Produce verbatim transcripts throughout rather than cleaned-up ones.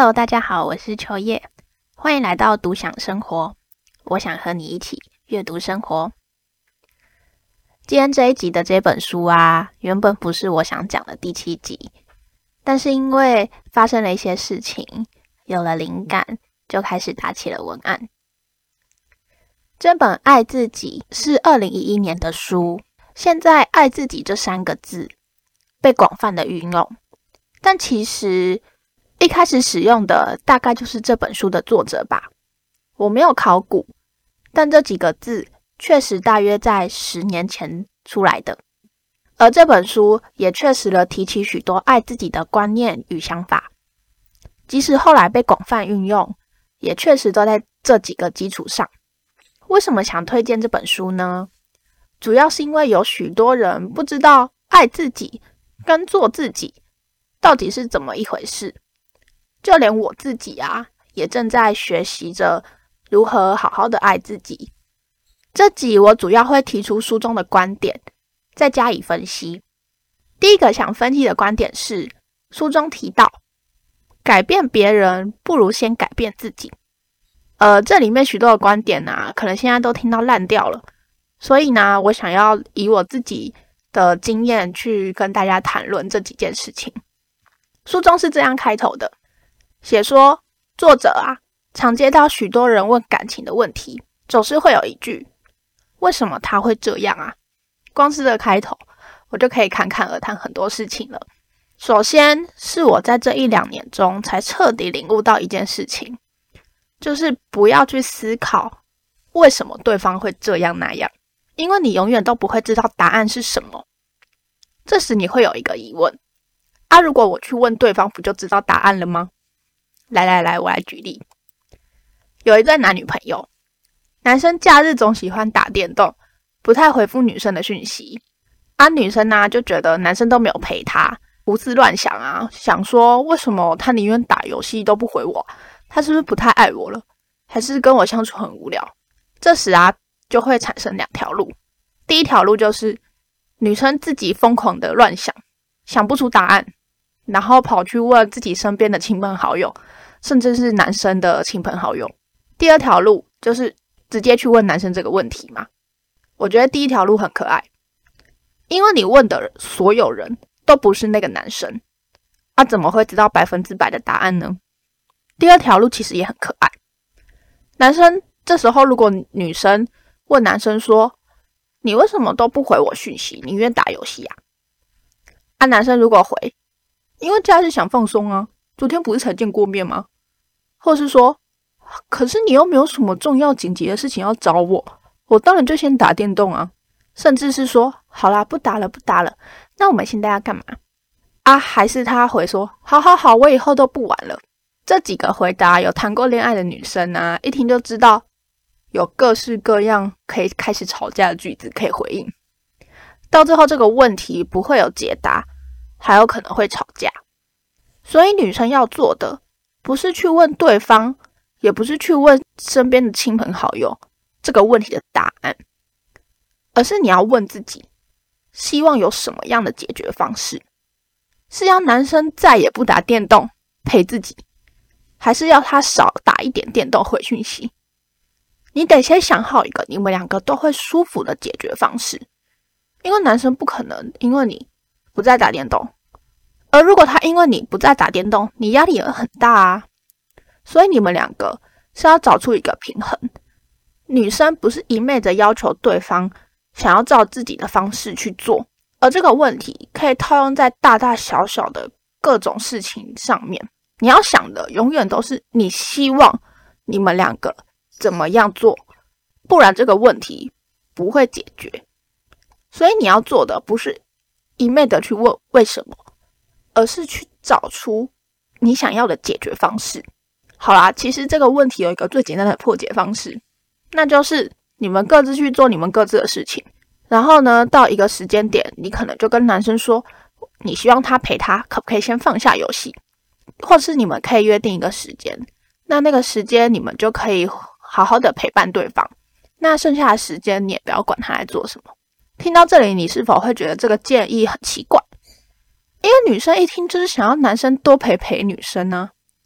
Hello， 大家好，我是秋叶，欢迎来到读享生活。我想和你一起阅读生活。今天这一集的这本书啊，原本不是我想讲的第七集，但是因为发生了一些事情，有了灵感，就开始打起了文案。这本《爱自己》是二零一一年的书，现在“爱自己”这三个字被广泛的运用，但其实一开始使用的大概就是这本书的作者吧。我没有考古，但这几个字确实大约在十年前出来的，而这本书也确实了提起许多爱自己的观念与想法，即使后来被广泛运用，也确实都在这几个基础上。为什么想推荐这本书呢？主要是因为有许多人不知道爱自己跟做自己到底是怎么一回事，就连我自己啊，也正在学习着如何好好的爱自己。这集我主要会提出书中的观点，再加以分析。第一个想分析的观点是，书中提到改变别人不如先改变自己。呃，这里面许多的观点啊，可能现在都听到烂掉了，所以呢，我想要以我自己的经验去跟大家谈论这几件事情。书中是这样开头的，写说作者啊，常接到许多人问感情的问题，总是会有一句，为什么他会这样啊？光是这个开头，我就可以侃侃而谈很多事情了。首先是我在这一两年中才彻底领悟到一件事情，就是不要去思考为什么对方会这样那样，因为你永远都不会知道答案是什么。这时你会有一个疑问，啊，如果我去问对方，不就知道答案了吗？来来来，我来举例。有一对男女朋友，男生假日总喜欢打电动，不太回复女生的讯息。啊，女生呢、啊、就觉得男生都没有陪她，胡思乱想啊，想说为什么他宁愿打游戏都不回我？他是不是不太爱我了？还是跟我相处很无聊？这时啊，就会产生两条路。第一条路就是女生自己疯狂的乱想，想不出答案，然后跑去问自己身边的亲朋好友，甚至是男生的亲朋好友。第二条路就是直接去问男生这个问题嘛。我觉得第一条路很可爱，因为你问的所有人都不是那个男生，啊，怎么会知道百分之百的答案呢？第二条路其实也很可爱，男生这时候如果女生问男生说，你为什么都不回我讯息，宁愿打游戏啊？啊，男生如果回，因为假日想放松啊，昨天不是才见过面吗？或是说，可是你又没有什么重要紧急的事情要找我，我当然就先打电动啊。甚至是说，好啦，不打了不打了，那我们现在要干嘛？啊，还是他回说，好好好，我以后都不玩了。这几个回答有谈过恋爱的女生啊，一听就知道有各式各样可以开始吵架的句子可以回应，到最后这个问题不会有解答，还有可能会吵架。所以女生要做的不是去问对方，也不是去问身边的亲朋好友这个问题的答案，而是你要问自己，希望有什么样的解决方式？是要男生再也不打电动陪自己，还是要他少打一点电动回讯息？你得先想好一个你们两个都会舒服的解决方式，因为男生不可能因为你不再打电动，而如果他因为你不再打电动，你压力也很大啊。所以你们两个是要找出一个平衡，女生不是一昧的要求对方想要照自己的方式去做，而这个问题可以套用在大大小小的各种事情上面。你要想的永远都是你希望你们两个怎么样做，不然这个问题不会解决。所以你要做的不是一昧的去问为什么，而是去找出你想要的解决方式。好啦，其实这个问题有一个最简单的破解方式，那就是你们各自去做你们各自的事情，然后呢，到一个时间点，你可能就跟男生说，你希望他陪他，可不可以先放下游戏？或是你们可以约定一个时间，那那个时间你们就可以好好的陪伴对方，那剩下的时间你也不要管他在做什么。听到这里，你是否会觉得这个建议很奇怪？因为女生一听就是想要男生多陪陪女生呢、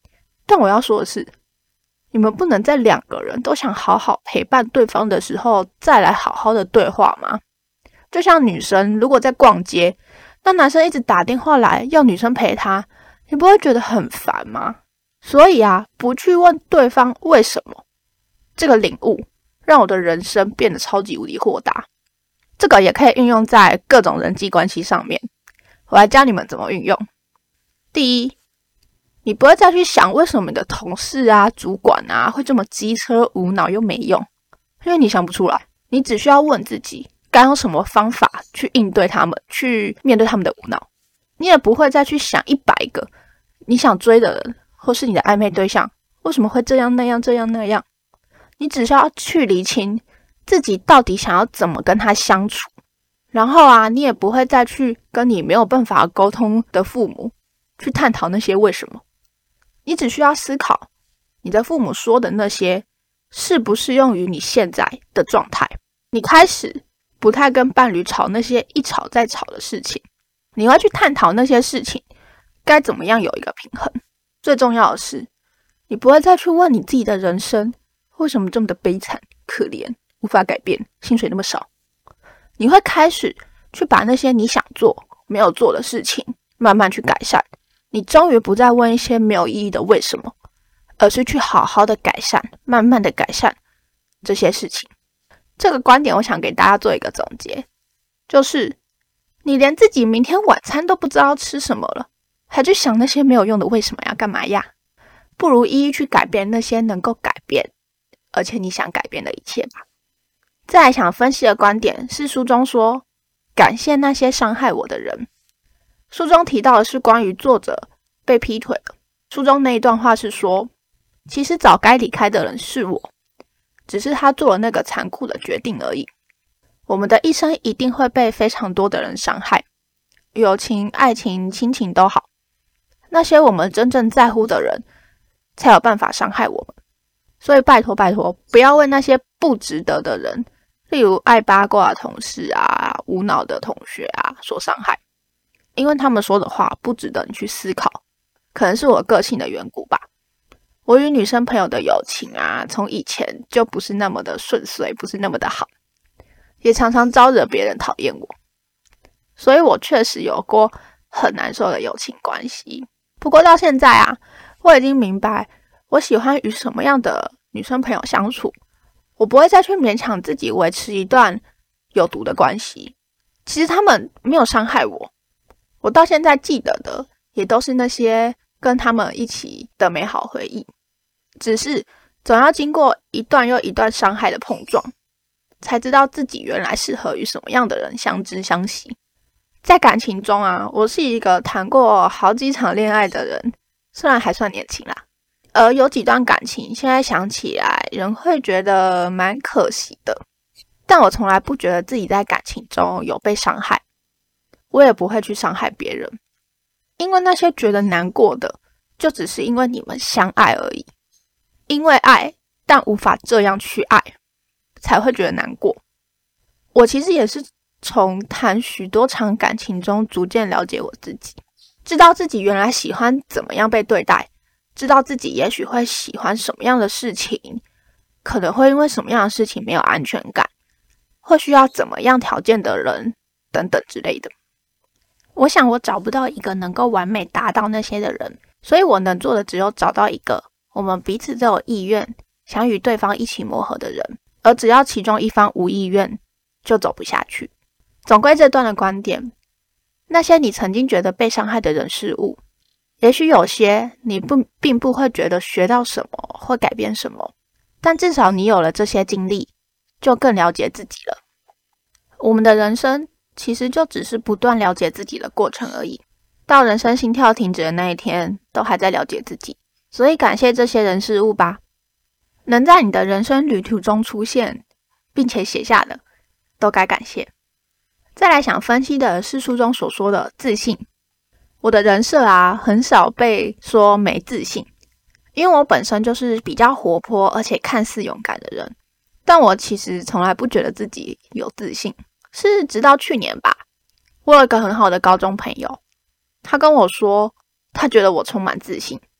但我要说的是，你们不能在两个人都想好好陪伴对方的时候再来好好的对话吗？就像女生如果在逛街，那男生一直打电话来要女生陪他，你不会觉得很烦吗？所以啊，不去问对方为什么，这个领悟让我的人生变得超级无敌豁达。这个也可以运用在各种人际关系上面，我来教你们怎么运用。第一，你不会再去想为什么你的同事啊、主管啊会这么机车无脑又没用，因为你想不出来。你只需要问自己该用什么方法去应对他们，去面对他们的无脑。你也不会再去想一百个你想追的人或是你的暧昧对象为什么会这样那样这样那样。你只需要去厘清自己到底想要怎么跟他相处，然后啊，你也不会再去跟你没有办法沟通的父母去探讨那些为什么。你只需要思考你的父母说的那些适不适用于你现在的状态。你开始不太跟伴侣吵那些一吵再吵的事情，你会去探讨那些事情该怎么样有一个平衡。最重要的是，你不会再去问你自己的人生为什么这么的悲惨可怜，无法改变，薪水那么少。你会开始去把那些你想做没有做的事情慢慢去改善。你终于不再问一些没有意义的为什么，而是去好好的改善，慢慢的改善这些事情。这个观点我想给大家做一个总结，就是你连自己明天晚餐都不知道吃什么了，还去想那些没有用的为什么呀，干嘛呀？不如一一去改变那些能够改变而且你想改变的一切吧。再来想分析的观点是书中说，感谢那些伤害我的人。书中提到的是关于作者被劈腿了。书中那一段话是说，其实早该离开的人是我，只是他做了那个残酷的决定而已。我们的一生一定会被非常多的人伤害，友情、爱情、亲情都好，那些我们真正在乎的人才有办法伤害我们。所以拜托拜托，不要为那些不值得的人，例如爱八卦的同事啊、无脑的同学啊所伤害，因为他们说的话不值得你去思考。可能是我个性的缘故吧，我与女生朋友的友情啊，从以前就不是那么的顺遂，不是那么的好，也常常招惹别人讨厌我，所以我确实有过很难受的友情关系。不过到现在啊，我已经明白我喜欢与什么样的女生朋友相处，我不会再去勉强自己维持一段有毒的关系。其实他们没有伤害我，我到现在记得的也都是那些跟他们一起的美好回忆，只是总要经过一段又一段伤害的碰撞，才知道自己原来适合与什么样的人相知相惜。在感情中啊，我是一个谈过好几场恋爱的人，虽然还算年轻啦，而有几段感情现在想起来人会觉得蛮可惜的，但我从来不觉得自己在感情中有被伤害，我也不会去伤害别人，因为那些觉得难过的就只是因为你们相爱而已，因为爱但无法这样去爱才会觉得难过。我其实也是从谈许多场感情中逐渐了解我自己，知道自己原来喜欢怎么样被对待，知道自己也许会喜欢什么样的事情，可能会因为什么样的事情没有安全感，会需要怎么样条件的人等等之类的。我想我找不到一个能够完美达到那些的人，所以我能做的只有找到一个我们彼此都有意愿想与对方一起磨合的人，而只要其中一方无意愿就走不下去。总归这段的观点，那些你曾经觉得被伤害的人事物，也许有些你不并不会觉得学到什么或改变什么，但至少你有了这些经历，就更了解自己了。我们的人生其实就只是不断了解自己的过程而已，到人生心跳停止的那一天，都还在了解自己。所以感谢这些人事物吧，能在你的人生旅途中出现并且写下的，都该感谢。再来想分析的是书中所说的自信。我的人设啊，很少被说没自信，因为我本身就是比较活泼而且看似勇敢的人，但我其实从来不觉得自己有自信，是直到去年吧，我有一个很好的高中朋友，他跟我说他觉得我充满自信，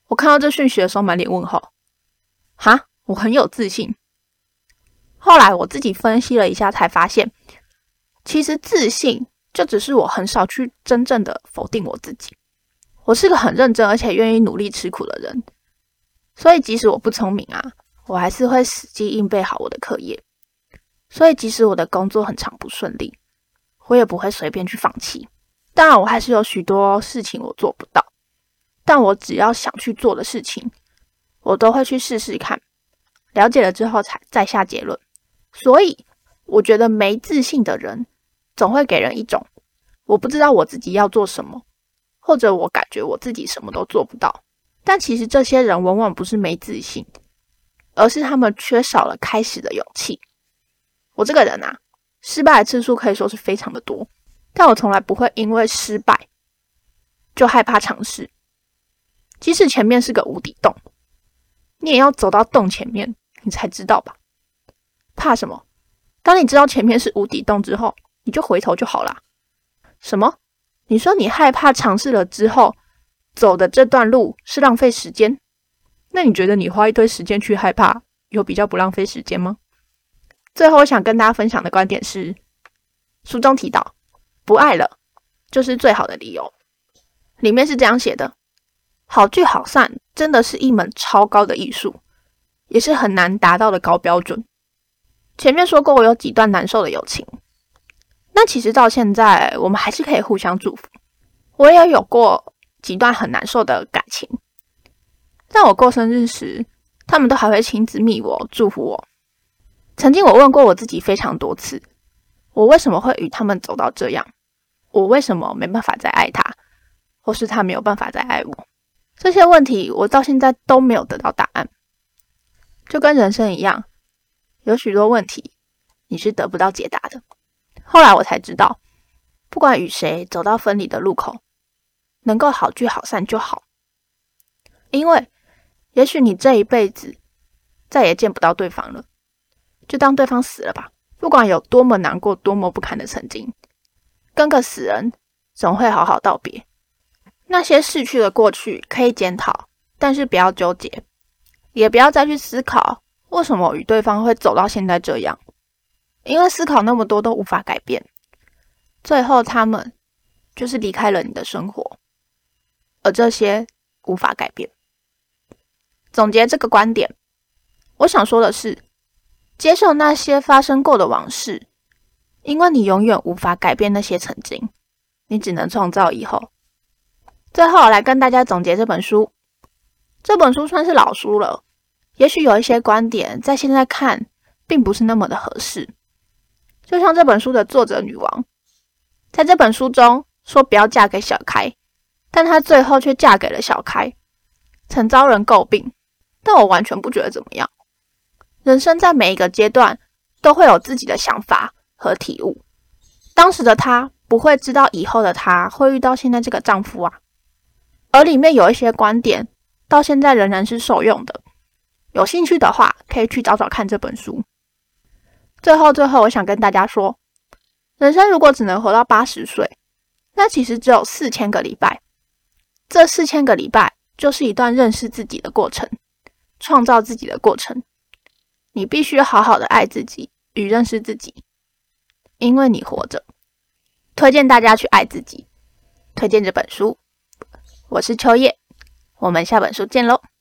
我看到这讯息的时候满脸问号。哈，我很有自信。后来我自己分析了一下才发现，其实自信就只是我很少去真正的否定我自己。我是个很认真而且愿意努力吃苦的人，所以即使我不聪明啊，我还是会死记硬背好我的课业。所以即使我的工作很常不顺利，我也不会随便去放弃。当然我还是有许多事情我做不到，但我只要想去做的事情，我都会去试试看，了解了之后才再下结论。所以我觉得没自信的人总会给人一种我不知道我自己要做什么，或者我感觉我自己什么都做不到。但其实这些人往往不是没自信，而是他们缺少了开始的勇气。我这个人啊，失败的次数可以说是非常的多，但我从来不会因为失败就害怕尝试。即使前面是个无底洞，你也要走到洞前面，你才知道吧。怕什么？当你知道前面是无底洞之后，你就回头就好啦。什么？你说你害怕尝试了之后，走的这段路是浪费时间？那你觉得你花一堆时间去害怕，有比较不浪费时间吗？最后我想跟大家分享的观点是，书中提到，不爱了就是最好的理由。里面是这样写的：好聚好散真的是一门超高的艺术，也是很难达到的高标准。前面说过我有几段难受的友情，那其实到现在我们还是可以互相祝福。我也有过几段很难受的感情，在我过生日时，他们都还会亲自密我祝福我。曾经我问过我自己非常多次，我为什么会与他们走到这样？我为什么没办法再爱他，或是他没有办法再爱我？这些问题我到现在都没有得到答案。就跟人生一样，有许多问题你是得不到解答的。后来我才知道，不管与谁走到分离的路口，能够好聚好散就好。因为也许你这一辈子再也见不到对方了，就当对方死了吧。不管有多么难过，多么不堪的曾经，跟个死人总会好好道别。那些逝去的过去可以检讨，但是不要纠结，也不要再去思考为什么与对方会走到现在这样，因为思考那么多都无法改变，最后他们就是离开了你的生活，而这些无法改变。总结这个观点，我想说的是，接受那些发生过的往事，因为你永远无法改变那些曾经，你只能创造以后。最后来跟大家总结这本书。这本书算是老书了，也许有一些观点在现在看并不是那么的合适。就像这本书的作者女王，在这本书中说不要嫁给小开，但她最后却嫁给了小开，曾遭人诟病，但我完全不觉得怎么样。人生在每一个阶段都会有自己的想法和体悟，当时的她不会知道以后的她会遇到现在这个丈夫啊。而里面有一些观点到现在仍然是受用的，有兴趣的话可以去找找看这本书。最后最后我想跟大家说，人生如果只能活到八十岁，那其实只有四千个礼拜，这四千个礼拜就是一段认识自己的过程，创造自己的过程。你必须好好的爱自己与认识自己，因为你活着。推荐大家去爱自己，推荐这本书。我是秋叶，我们下本书见咯。